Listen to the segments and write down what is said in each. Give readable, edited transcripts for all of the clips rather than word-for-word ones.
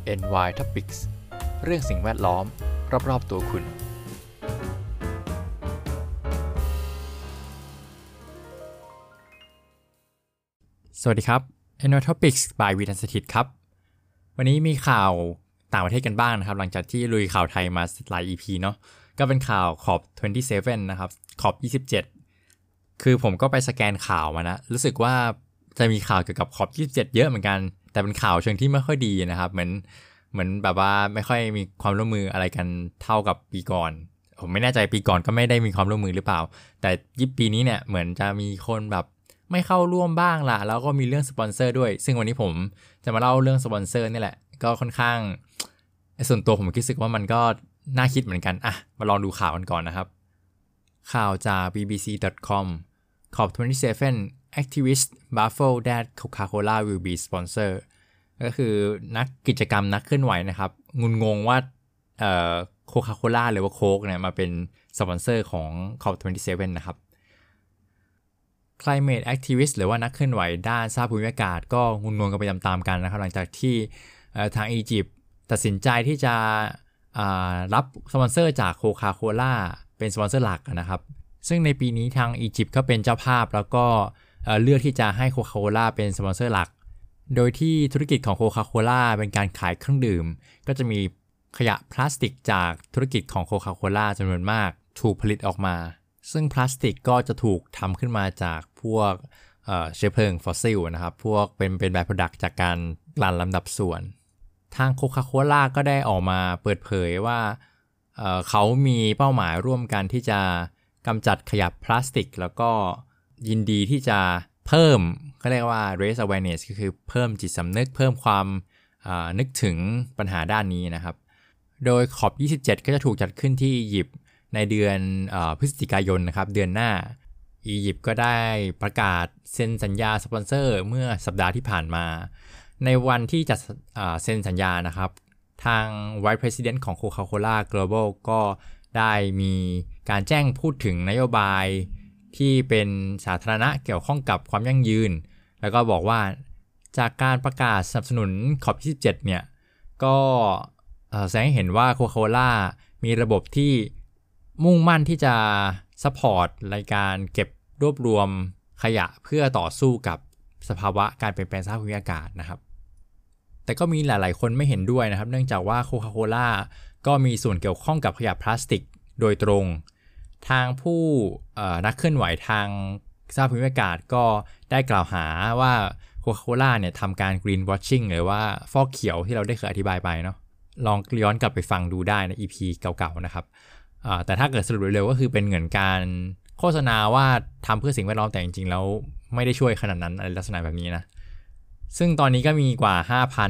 NY Topics เรื่องสิ่งแวดล้อมรอบๆตัวคุณสวัสดีครับ NY Topics by วีทันสถิตครับวันนี้มีข่าวต่างประเทศกันบ้างนะครับหลังจากที่ลุยข่าวไทยมาหลาย EP เนาะก็เป็นข่าวขอบ27นะครับขอบ27คือผมก็ไปสแกนข่าวมานะรู้สึกว่าจะมีข่าวเกี่ยวกับขอบ27เยอะเหมือนกันแต่เป็นข่าวเชิงที่ไม่ค่อยดีนะครับเหมือนแบบว่าไม่ค่อยมีความร่วมมืออะไรกันเท่ากับปีก่อนผมไม่แน่ใจปีก่อนก็ไม่ได้มีความร่วมมือหรือเปล่าแต่ปีนี้เนี่ยเหมือนจะมีคนแบบไม่เข้าร่วมบ้างล่ะแล้วก็มีเรื่องสปอนเซอร์ด้วยซึ่งวันนี้ผมจะมาเล่าเรื่องสปอนเซอร์นี่แหละก็ค่อนข้างส่วนตัวผมคิดว่ามันก็น่าคิดเหมือนกันมาลองดูข่าวกันก่อนนะครับข่าวจาก bbc.com COP27 activists baffle that Coca-Cola will be sponsor ก็คือนักกิจกรรมนักเคลื่อนไหวนะครับงุนงงว่าโคคาโคล่าหรือว่าโค้กเนี่ยมาเป็นสปอนเซอร์ของ COP27 นะครับ Climate activist หรือว่านักเคลื่อนไหวด้านสภาพภูมิอากาศก็งุนงงกันไปตามๆกันนะครับหลังจากที่ทางอียิปต์ตัดสินใจที่จะรับสปอนเซอร์จากโคคาโคล่าเป็นสปอนเซอร์หลักนะครับซึ่งในปีนี้ทางอียิปต์ก็เป็นเจ้าภาพแล้วก็เลือกที่จะให้โคคาโคล่าเป็นสปอนเซอร์หลักโดยที่ธุรกิจของโคคาโคล่าเป็นการขายเครื่องดื่มก็จะมีขยะพลาสติกจากธุรกิจของโคคาโคล่าจำนวนมากถูกผลิตออกมาซึ่งพลาสติกก็จะถูกทำขึ้นมาจากพวกเชื้อเพลิงฟอสซิลนะครับพวกเป็นแบบโปรดักต์จากการกลั่นลำดับส่วนทางโคคาโคล่าก็ได้ออกมาเปิดเผยว่าเขามีเป้าหมายร่วมกันที่จะกำจัดขยะพลาสติกแล้วก็ยินดีที่จะเพิ่มก็เรียกว่า raise awareness ก็คือเพิ่มจิตสำนึกเพิ่มความนึกถึงปัญหาด้านนี้นะครับโดยขอบ27ก็จะถูกจัดขึ้นที่อียิปต์ในเดือนพฤศจิกายนนะครับเดือนหน้าอียิปต์ก็ได้ประกาศเซ็นสัญญาสปอนเซอร์เมื่อสัปดาห์ที่ผ่านมาในวันที่จะเซ็นสัญญานะครับทาง Vice President ของ Coca-Cola Global ก็ได้มีการแจ้งพูดถึงนโยบายที่เป็นสาธารณะเกี่ยวข้องกับความยั่งยืนแล้วก็บอกว่าจากการประกาศสนับสนุนขอบ27เนี่ยก็แสดงให้เห็นว่า Coca-Cola มีระบบที่มุ่งมั่นที่จะซัพพอร์ตในการเก็บรวบรวมขยะเพื่อต่อสู้กับสภาวะการเปลี่ยนแปลงสภาพภูมิอากาศนะครับแต่ก็มีหลายๆคนไม่เห็นด้วยนะครับเนื่องจากว่า Coca-Cola ก็มีส่วนเกี่ยวข้องกับขยะพลาสติกโดยตรงทางผู้นักเคลื่อนไหวทางสภาพภูมิอากาศก็ได้กล่าวหาว่า Coca-Cola เนี่ยทำการ green washing หรือว่าฟอกเขียวที่เราได้เคยอธิบายไปเนาะลองย้อนกลับไปฟังดูได้ใน EP เก่าๆนะครับแต่ถ้าเกิดสรุปเร็วๆก็คือเป็นเหมือนการโฆษณาว่าทำเพื่อสิ่งแวดล้อมแต่จริงๆแล้วไม่ได้ช่วยขนาดนั้นอะไรลักษณะแบบนี้นะซึ่งตอนนี้ก็มีกว่า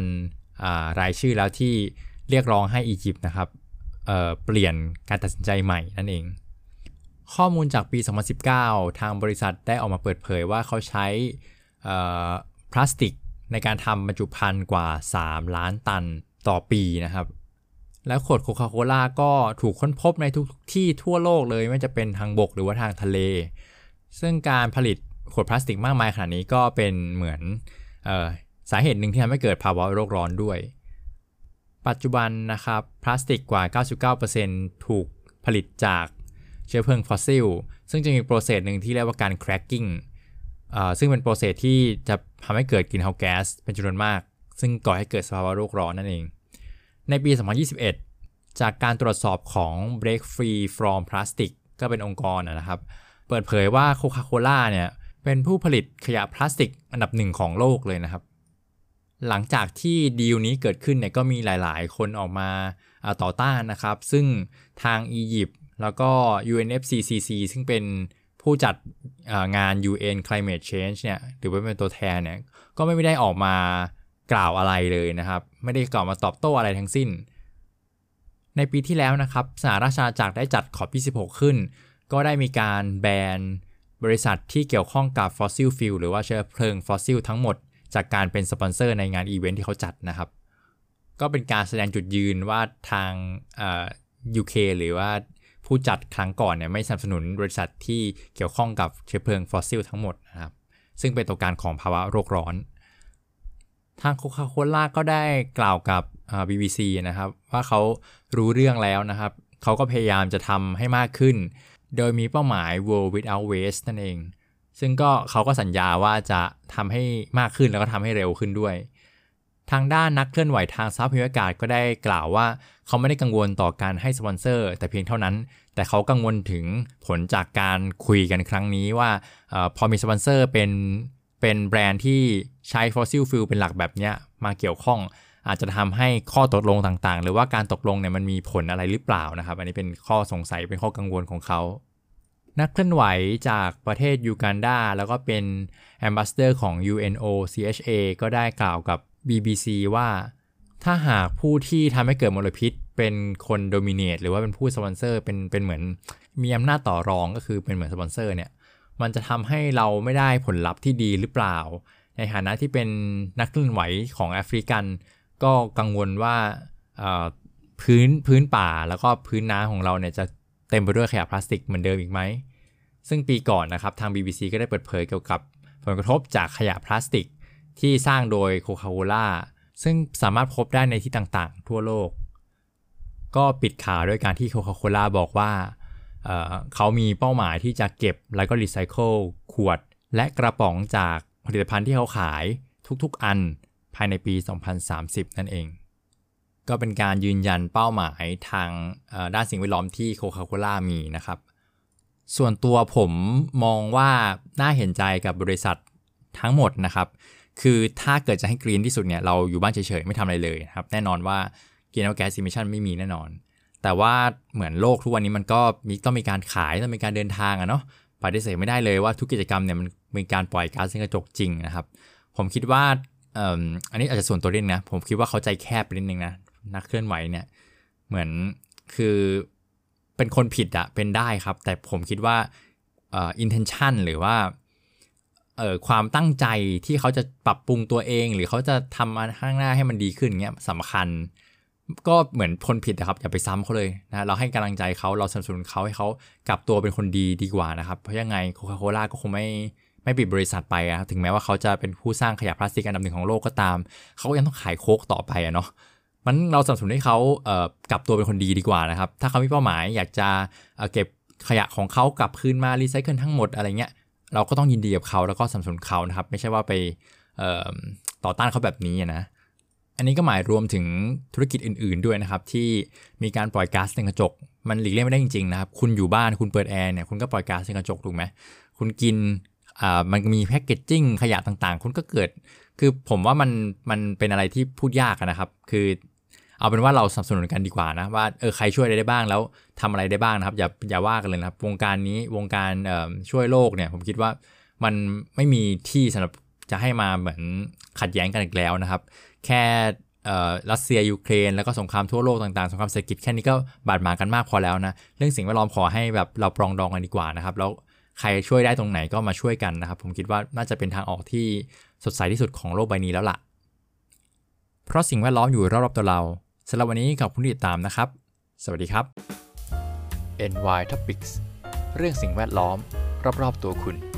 5,000 รายชื่อแล้วที่เรียกร้องให้อียิปต์นะครับเปลี่ยนการตัดสินใจใหม่นั่นเองข้อมูลจากปี 2019 ทางบริษัทได้ออกมาเปิดเผยว่าเขาใช้พลาสติกในการทำบรรจุภัณฑ์กว่า3ล้านตันต่อปีนะครับแล้วขวดโคคาโคล่าก็ถูกค้นพบในทุกที่ทั่วโลกเลยไม่ว่าจะเป็นทางบกหรือว่าทางทะเลซึ่งการผลิตขวดพลาสติกมากมายขนาดนี้ก็เป็นเหมือนสาเหตุหนึ่งที่ทำให้เกิดภาวะโลกร้อนด้วยปัจจุบันนะครับพลาสติกกว่า 99% ถูกผลิตจากเชื้อเพลิงฟอสซิลซึ่งจะมีโปรเซสหนึ่งที่เรียกว่าการ cracking ซึ่งเป็นโปรเซสที่จะทำให้เกิดกลิ่นเฮาแก๊สเป็นจำนวนมากซึ่งก่อให้เกิดสภาวะโลกร้อนนั่นเองในปี 2021 จากการตรวจสอบของ Break Free from Plastic ก็เป็นองค์กรนะครับเปิดเผยว่า Coca-Cola เนี่ยเป็นผู้ผลิตขยะพลาสติกอันดับ1ของโลกเลยนะครับหลังจากที่ดีลนี้เกิดขึ้นเนี่ยก็มีหลายๆคนออกมาต่อต้านนะครับซึ่งทางอียิปต์แล้วก็ UNFCCC ซึ่งเป็นผู้จัดงาน UN Climate Change เนี่ยหรือว่าเป็นตัวแทนเนี่ยก็ไม่ได้ออกมากล่าวอะไรเลยนะครับไม่ได้กล่าวมาตอบโต้อะไรทั้งสิ้นในปีที่แล้วนะครับสหราชอาณาจักรได้จัดขอบ26ขึ้นก็ได้มีการแบนบริษัทที่เกี่ยวข้องกับฟอสซิลฟิวหรือว่าเชื้อเพลิงฟอสซิลทั้งหมดจากการเป็นสปอนเซอร์ในงานอีเวนท์ที่เขาจัดนะครับก็เป็นการแสดงจุดยืนว่าทางUK หรือว่าผู้จัดครั้งก่อนเนี่ยไม่สนับสนุนบริษัทที่เกี่ยวข้องกับเชื้อเพลิงฟอสซิลทั้งหมดนะครับซึ่งเป็นตัวการของภาวะโลกร้อนทางโคคาโคล่าก็ได้กล่าวกับ BBC นะครับว่าเขารู้เรื่องแล้วนะครับเขาก็พยายามจะทำให้มากขึ้นโดยมีเป้าหมาย World Without Waste นั่นเองซึ่งเขาก็สัญญาว่าจะทำให้มากขึ้นแล้วก็ทำให้เร็วขึ้นด้วยทางด้านนักเคลื่อนไหวทางทรัพยากาศก็ได้กล่าวว่าเขาไม่ได้กังวลต่อการให้สปอนเซอร์แต่เพียงเท่านั้นแต่เขากังวลถึงผลจากการคุยกันครั้งนี้ว่าพอมีสปอนเซอร์เป็นแบรนด์ที่ใช้ fossil fuel เป็นหลักแบบนี้มาเกี่ยวข้องอาจจะทำให้ข้อตกลงต่างๆหรือว่าการตกลงเนี่ยมันมีผลอะไรหรือเปล่านะครับอันนี้เป็นข้อสงสัยเป็นข้อกังวลของเขานักเคลื่อนไหวจากประเทศยูกันดาแล้วก็เป็น Ambassador ของ UNOCHA ก็ได้กล่าวกับ BBC ว่าถ้าหากผู้ที่ทำให้เกิดมลพิษเป็นคนโดมิเนตหรือว่าเป็นผู้สปอนเซอร์เป็นเหมือนมีอำนาจต่อรองก็คือเป็นเหมือนสปอนเซอร์เนี่ยมันจะทำให้เราไม่ได้ผลลัพธ์ที่ดีหรือเปล่าในฐานะที่เป็นนักเคลื่อนไหวของแอฟริกันก็กังวลว่าพื้นป่าแล้วก็พื้นน้ำของเราเนี่ยจะเต็มไปด้วยขยะพลาสติกเหมือนเดิมอีกไหมซึ่งปีก่อนนะครับทาง BBC ก็ได้เปิดเผยเกี่ยวกับผลกระทบจากขยะพลาสติกที่สร้างโดยโคคาโคล่าซึ่งสามารถพบได้ในที่ต่างๆทั่วโลกก็ปิดข่าวด้วยการที่โคคาโคล่าบอกว่าเขามีเป้าหมายที่จะเก็บแล้วก็รีไซเคิลขวดและกระป๋องจากผลิตภัณฑ์ที่เขาขายทุกๆอันภายในปี 2030 นั่นเองก็เป็นการยืนยันเป้าหมายทางด้านสิ่งแวดล้อมที่โคคาโคล่ามีนะครับส่วนตัวผมมองว่าน่าเห็นใจกับบริษัททั้งหมดนะครับคือถ้าเกิดจะให้กรีนที่สุดเนี่ยเราอยู่บ้านเฉยๆไม่ทำอะไรเลยครับแน่นอนว่า Greenhouse Gas Emission ไม่มีแน่นอนแต่ว่าเหมือนโลกทุกวันนี้มันก็ต้องมีการขายต้องมีการเดินทางอะเนาะปฏิเสธไม่ได้เลยว่าทุกกิจกรรมเนี่ยมันมีการปล่อยก๊าซเรือนกระจกจริงนะครับผมคิดว่าอันนี้อาจจะส่วนตัวเล่นนะผมคิดว่าเขาใจแคบไปนิดนึงนะนักเคลื่อนไหวเนี่ยเหมือนคือเป็นคนผิดอะเป็นได้ครับแต่ผมคิดว่าintention หรือว่าความตั้งใจที่เขาจะปรับปรุงตัวเองหรือเขาจะทำข้างหน้าให้มันดีขึ้นเงี้ยสำคัญก็เหมือนคนผิดนะครับอย่าไปซ้ำเขาเลยนะเราให้กำลังใจเขาเราสนับสนุนเขาให้เขากลับตัวเป็นคนดีกว่านะครับเพราะยังไงโคคาโคล่าก็คงไม่ปิดบริษัทไปอะถึงแม้ว่าเขาจะเป็นผู้สร้างขยะพลาสติกอันดับหนึ่งของโลกก็ตามเขาก็ยังต้องขายโค้กต่อไปอะเนาะมันเราสนับสนุนให้เขากลับตัวเป็นคนดีกว่านะครับถ้าเขามีเป้าหมายอยากจะเก็บขยะของเขากลับคืนมารีไซเคิลทั้งหมดอะไรเงี้ยเราก็ต้องยินดีกับเขาแล้วก็สนับสนุนเขานะครับไม่ใช่ว่าไปต่อต้านเขาแบบนี้นะอันนี้ก็หมายรวมถึงธุรกิจอื่นๆด้วยนะครับที่มีการปล่อยก๊าซเรือนกระจกมันหลีกเลี่ยงไม่ได้จริงๆนะครับคุณอยู่บ้านคุณเปิดแอร์เนี่ยคุณก็ปล่อยก๊าซเรือนกระจกถูกไหมคุณกินมันมีแพคเกจจิ้งขยะต่างๆคุณก็เกิดคือผมว่ามันเป็นอะไรที่พูดยากนะครับคือเอาเป็นว่าเราสนับสนุนกันดีกว่านะว่าใครช่วยอะไรได้บ้างแล้วทำอะไรได้บ้างนะครับอย่าว่ากันเลยนะครับวงการนี้วงการช่วยโลกเนี่ยผมคิดว่ามันไม่มีที่สำหรับจะให้มาเหมือนขัดแย้งกันอีกแล้วนะครับแค่รัสเซียยูเครนแล้วก็สงครามทั่วโลกต่างๆสงครามเศรษฐกิจแค่นี้ก็บาดหมางกันมากพอแล้วนะเรื่องสิ่งแวดล้อมขอให้แบบเราปรองดองกันดีกว่านะครับแล้วใครช่วยได้ตรงไหนก็มาช่วยกันนะครับผมคิดว่าน่าจะเป็นทางออกที่สดใสที่สุดของโลกใบนี้แล้วล่ะเพราะสิ่งแวดล้อมอยู่รอบๆตัวเราสำหรับวันนี้ขอบคุณที่ติดตามนะครับสวัสดีครับ NY Topics เรื่องสิ่งแวดล้อมรอบๆตัวคุณ